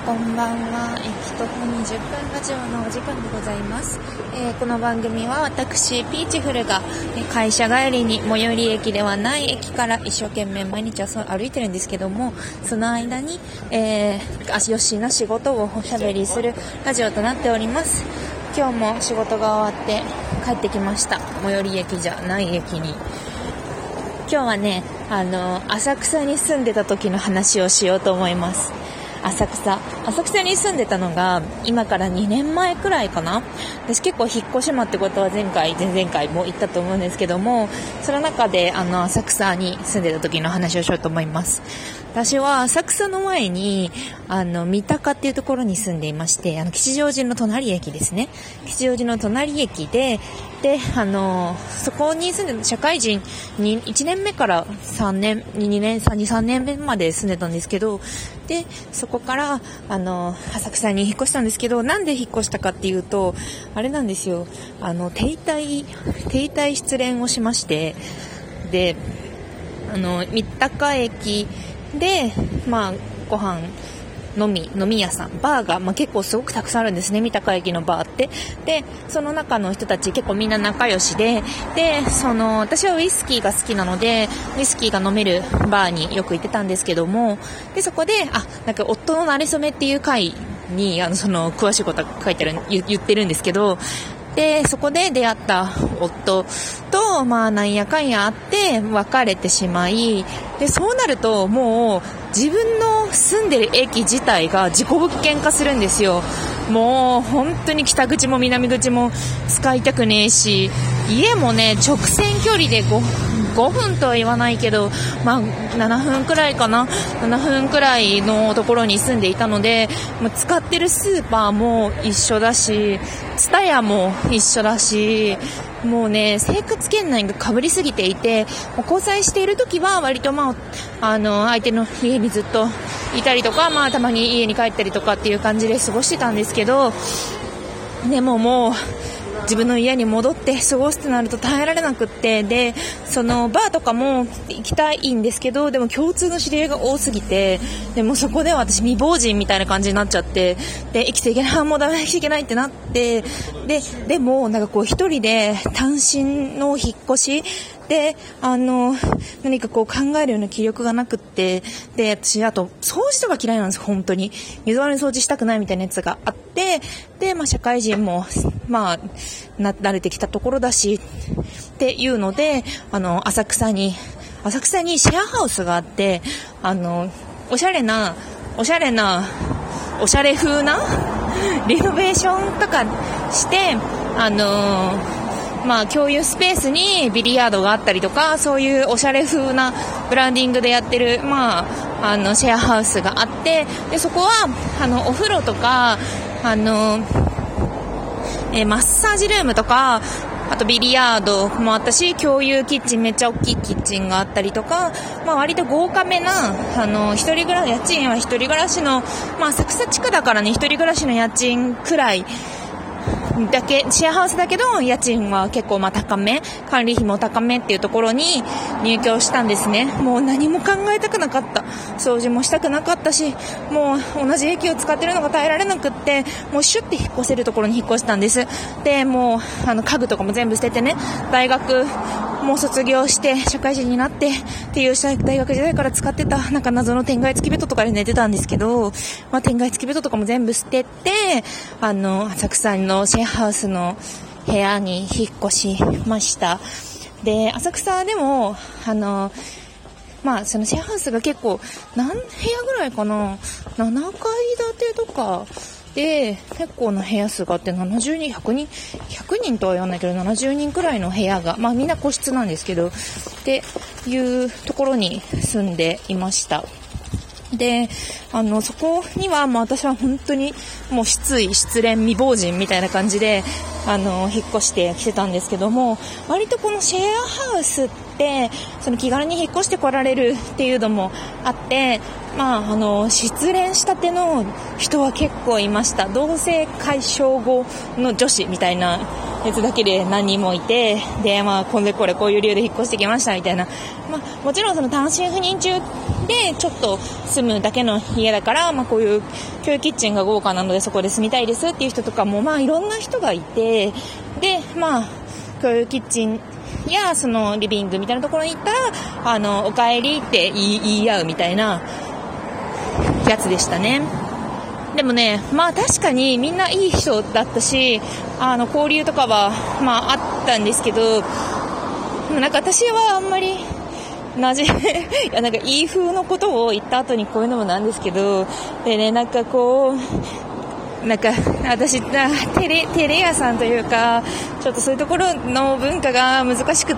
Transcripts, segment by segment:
こんばんは。徒歩20分ラジオのお時間でございます。この番組は私ピーチフルが会社帰りに最寄り駅ではない駅から一生懸命毎日歩いてるんですけども、その間に、足吉の仕事をおしゃべりするラジオとなっております。今日も仕事が終わって帰ってきました。最寄り駅じゃない駅に。今日はね、浅草に住んでた時の話をしようと思います。浅草に住んでたのが今から2年前くらいかな。私結構引っ越し間ってことは前々回も言ったと思うんですけども、その中で浅草に住んでた時の話をしようと思います。私は浅草の前に三鷹っていうところに住んでいまして、吉祥寺の隣駅ですね。吉祥寺の隣駅でそこに住んで社会人に1年目から3年3年目まで住んでたんですけど、でそこから浅草に引っ越したんですけど、なんで引っ越したかっていうとあれなんですよ。停滞失恋をしまして、で三鷹駅でご飯飲み屋さん、バーが、結構すごくたくさんあるんですね、三鷹駅のバーって。でその中の人たち結構みんな仲良しで、私はウイスキーが好きなのでウイスキーが飲めるバーによく行ってたんですけども、でそこで夫の馴れ初めっていう回に詳しいことが書いてある言ってるんですけど、でそこで出会った夫となんやかんやあって別れてしまい、でそうなるともう自分の住んでる駅自体が事故物件化するんですよ。もう本当に北口も南口も使いたくねえし、家もね直線距離で5分とは言わないけど、7分くらいかな、7分くらいのところに住んでいたので、もう使ってるスーパーも一緒だし、ツタヤも一緒だし、もうね生活圏内が被りすぎていて、交際している時は割と相手の家にずっといたりとか、たまに家に帰ったりとかっていう感じで過ごしてたんですけど、でもう自分の家に戻って過ごすとなると耐えられなくって、でそのバーとかも行きたいんですけど、でも共通の知り合いが多すぎて、でもそこでは私未亡人みたいな感じになっちゃって、で生きていけない、もうダメだ、生きていけないってなって、でも一人で単身の引っ越しで何か考えるような気力がなくって、で私あと掃除とか嫌いなんです。本当に水回り掃除したくないみたいなやつがあって、で社会人も慣れてきたところだしっていうので、浅草にシェアハウスがあって、おしゃれ風なリノベーションとかして共有スペースにビリヤードがあったりとか、そういうおしゃれ風なブランディングでやってるシェアハウスがあって、でそこはお風呂とかマッサージルームとか、あとビリヤードもあったし、共有キッチン、めっちゃ大きいキッチンがあったりとか、割と豪華めな家賃は一人暮らしの浅草地区だからね、一人暮らしの家賃くらいだけ、シェアハウスだけど家賃は結構高め、管理費も高めっていうところに入居したんですね。もう何も考えたくなかった、掃除もしたくなかったし、もう同じ駅を使ってるのが耐えられなくって、もうシュッて引っ越せるところに引っ越したんです。でもう家具とかも全部捨ててね、大学もう卒業して社会人になってっていう大学時代から使ってた謎の天蓋付きベッドとかで寝てたんですけど、天蓋付きベッドとかも全部捨てて浅草のシェアハウスの部屋に引っ越しました。で浅草でもそのシェアハウスが結構何部屋ぐらいかな、7階建てとかで結構な部屋数があって、70人100人とは言わないけど70人くらいの部屋が、みんな個室なんですけどっていうところに住んでいました。でそこには私は本当にもう失恋未亡人みたいな感じで引っ越してきてたんですけども、割とこのシェアハウスって気軽に引っ越してこられるっていうのもあって、失恋したての人は結構いました。同性解消後の女子みたいなやつだけで何人もいて、でこういう理由で引っ越してきましたみたいな、もちろん単身赴任中でちょっと住むだけの家だから、こういう共有キッチンが豪華なのでそこで住みたいですっていう人とかもいろんな人がいて、で共有キッチンやそのリビングみたいなところに行ったらお帰りって言い合うみたいなやつでしたね。でもね、確かにみんないい人だったし、交流とかはあったんですけど、なんか私はあんまりいや、なんかいい風のことを言った後にこういうのもなんですけど、でね、なんかこうなんか私テレ屋さんというか、ちょっとそういうところの文化が難しくって、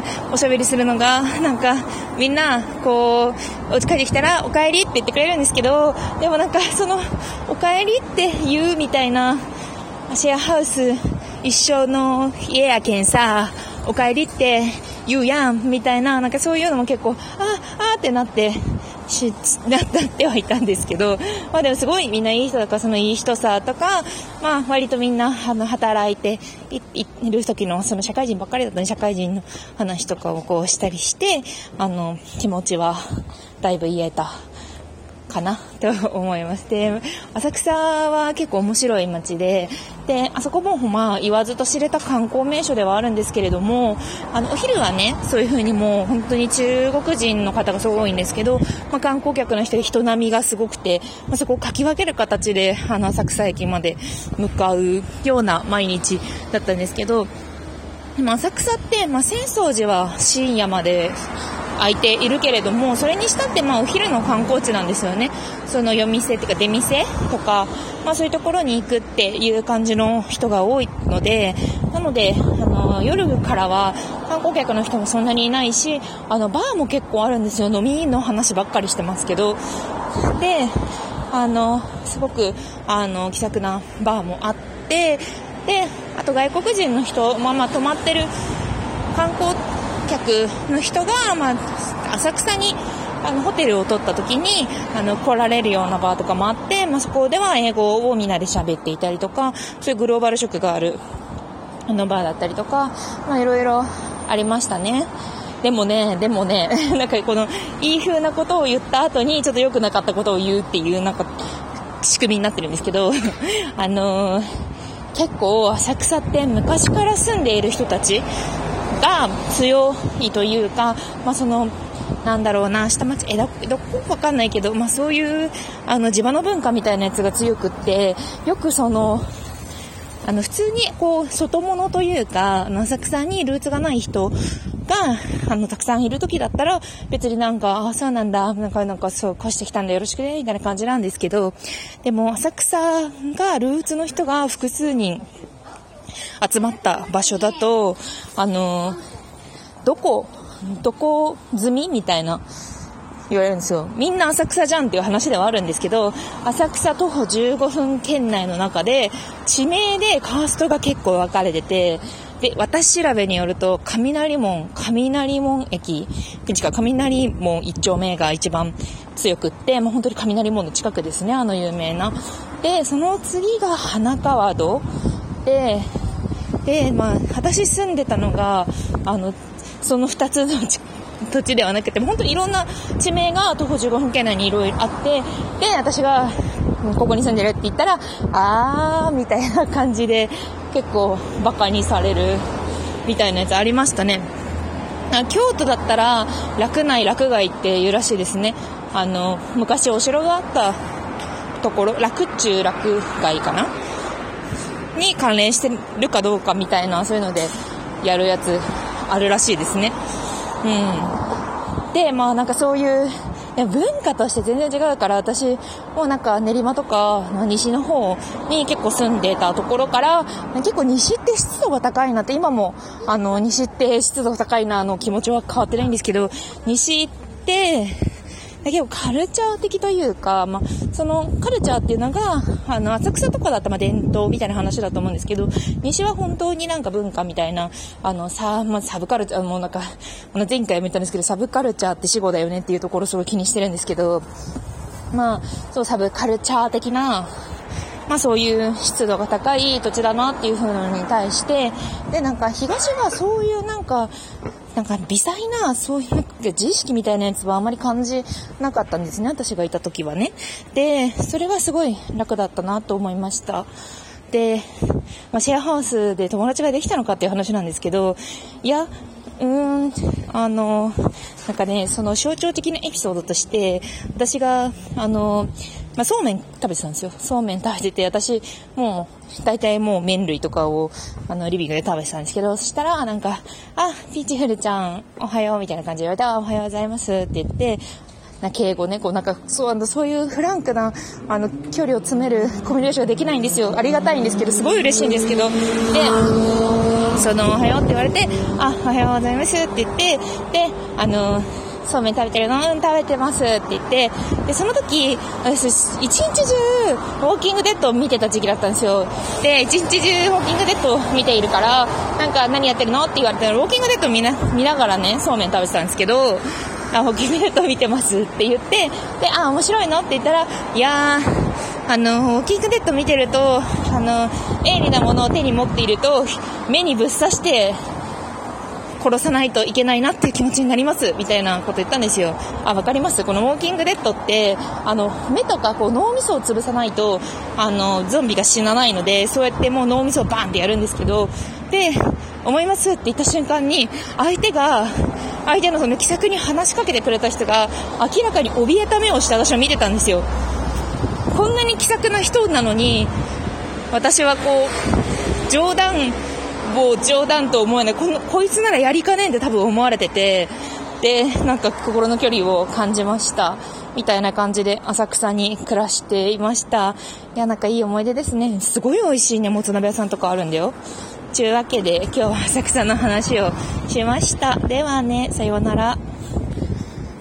おしゃべりするのがなんかみんなこうお家帰ってきたらお帰りって言ってくれるんですけど、でもなんかそのお帰りって言うみたいな、シェアハウス一緒の家やけんさお帰りって言うやんみたいな、なんかそういうのも結構ってなってはいたんですけど、でもすごいみんないい人だから、そのいい人さとか、割とみんな働いている時のその社会人ばっかりだったね、社会人の話とかをこうしたりして、気持ちはだいぶ癒えたかなと思います。で、浅草は結構面白い街で、あそこも言わずと知れた観光名所ではあるんですけれども、お昼はね、そういう風にもう本当に中国人の方がすごい多いんですけど、観光客の人並みがすごくて、そこをかき分ける形で浅草駅まで向かうような毎日だったんですけど、浅草って浅草寺は深夜まで空いているけれども、それにしたってお昼の観光地なんですよね。その夜店っていうか出店とか、そういうところに行くっていう感じの人が多いので、なので夜からは観光客の人もそんなにいないし、バーも結構あるんですよ。飲みの話ばっかりしてますけど、ですごく気さくなバーもあって、であと外国人の人、泊まってる観光客の人が、浅草にホテルを取った時に来られるようなバーとかもあって、そこでは英語をみんなで喋っていたりとか、そういうグローバル色があるバーだったりとか、いろいろありましたね。でもねなんかこのいい風なことを言った後にちょっと良くなかったことを言うっていうなんか仕組みになってるんですけど結構浅草って昔から住んでいる人たちが強いというか、そのなんだろうな、下町どこわかんないけど、そういう地場の文化みたいなやつが強くって、よくその普通にこう外物というか浅草にルーツがない人がたくさんいる時だったら別になんかそうなんだ、なんかそう越してきたんだよろしくねみたいな感じなんですけど、でも浅草がルーツの人が複数人集まった場所だとどこ済みみたいな言われるんですよ。みんな浅草じゃんっていう話ではあるんですけど、浅草徒歩15分圏内の中で地名でカーストが結構分かれてて、で私調べによると雷門駅雷門一丁目が一番強くって、本当に雷門の近くですね、有名な。でその次が花川戸で私住んでたのがその2つの土地ではなくて、本当にいろんな地名が徒歩15分圏内にいろいろあって、で私がここに住んでるって言ったらみたいな感じで結構バカにされるみたいなやつありましたね。京都だったら洛内洛外っていうらしいですね。昔お城があったところ、洛中洛外かなに関連してるかどうかみたいな、そういうのでやるやつあるらしいですね。でなんかそういう文化として全然違うから、私もなんか練馬とか西の方に結構住んでたところから、結構西って湿度が高いなって、今も西って湿度が高いなの気持ちは変わってないんですけど、西って結構カルチャー的というか、そのカルチャーっていうのが浅草とかだったら伝統みたいな話だと思うんですけど、西は本当になんか文化みたいなサブカルチャーもなんか前回も言ったんですけど、サブカルチャーって死語だよねっていうところをすごい気にしてるんですけど、そうサブカルチャー的なそういう湿度が高い土地だなっていう風なのに対して、でなんか東はそういうなんなんか微細なそういう自意識みたいなやつはあまり感じなかったんですね、私がいた時はね。で、それはすごい楽だったなと思いました。で、シェアハウスで友達ができたのかっていう話なんですけど、いや、なんかね、その象徴的なエピソードとして、私が、そうめん食べてたんですよ。そうめん食べてて、私、もう、大体もう麺類とかを、リビングで食べてたんですけど、そしたら、なんか、ピーチフルちゃん、おはよう、みたいな感じで言われて、おはようございます、って言って、敬語ね、そういうフランクな、距離を詰めるコミュニケーションができないんですよ。ありがたいんですけど、すごい嬉しいんですけど、で、おはようって言われて、おはようございますって言って、で、そうめん食べてるの？食べてますって言って、で、その時、私、一日中、ウォーキングデッドを見てた時期だったんですよ。で、一日中ウォーキングデッドを見ているから、なんか何やってるのって言われて、ウォーキングデッドを見ながらね、そうめん食べてたんですけど、ウォーキングデッドを見てますって言って、で、面白いのって言ったら、いやー、ウォーキングデッド見てると、鋭利なものを手に持っていると、目にぶっ刺して、殺さないといけないなっていう気持ちになりますみたいなこと言ったんですよ。わかります？このウォーキングデッドって目とか脳みそを潰さないとゾンビが死なないので、そうやってもう脳みそをバーンってやるんですけど、で思いますって言った瞬間に相手のその気さくに話しかけてくれた人が明らかに怯えた目をして私を見てたんですよ。こんなに気さくな人なのに私は冗談と思えない、こいつならやりかねんって多分思われてて、でなんか心の距離を感じましたみたいな感じで浅草に暮らしていました。いや、なんかいい思い出ですね。すごい美味しいねもつ鍋屋さんとかあるんだよ。というわけで今日は浅草の話をしました。ではね、さようなら。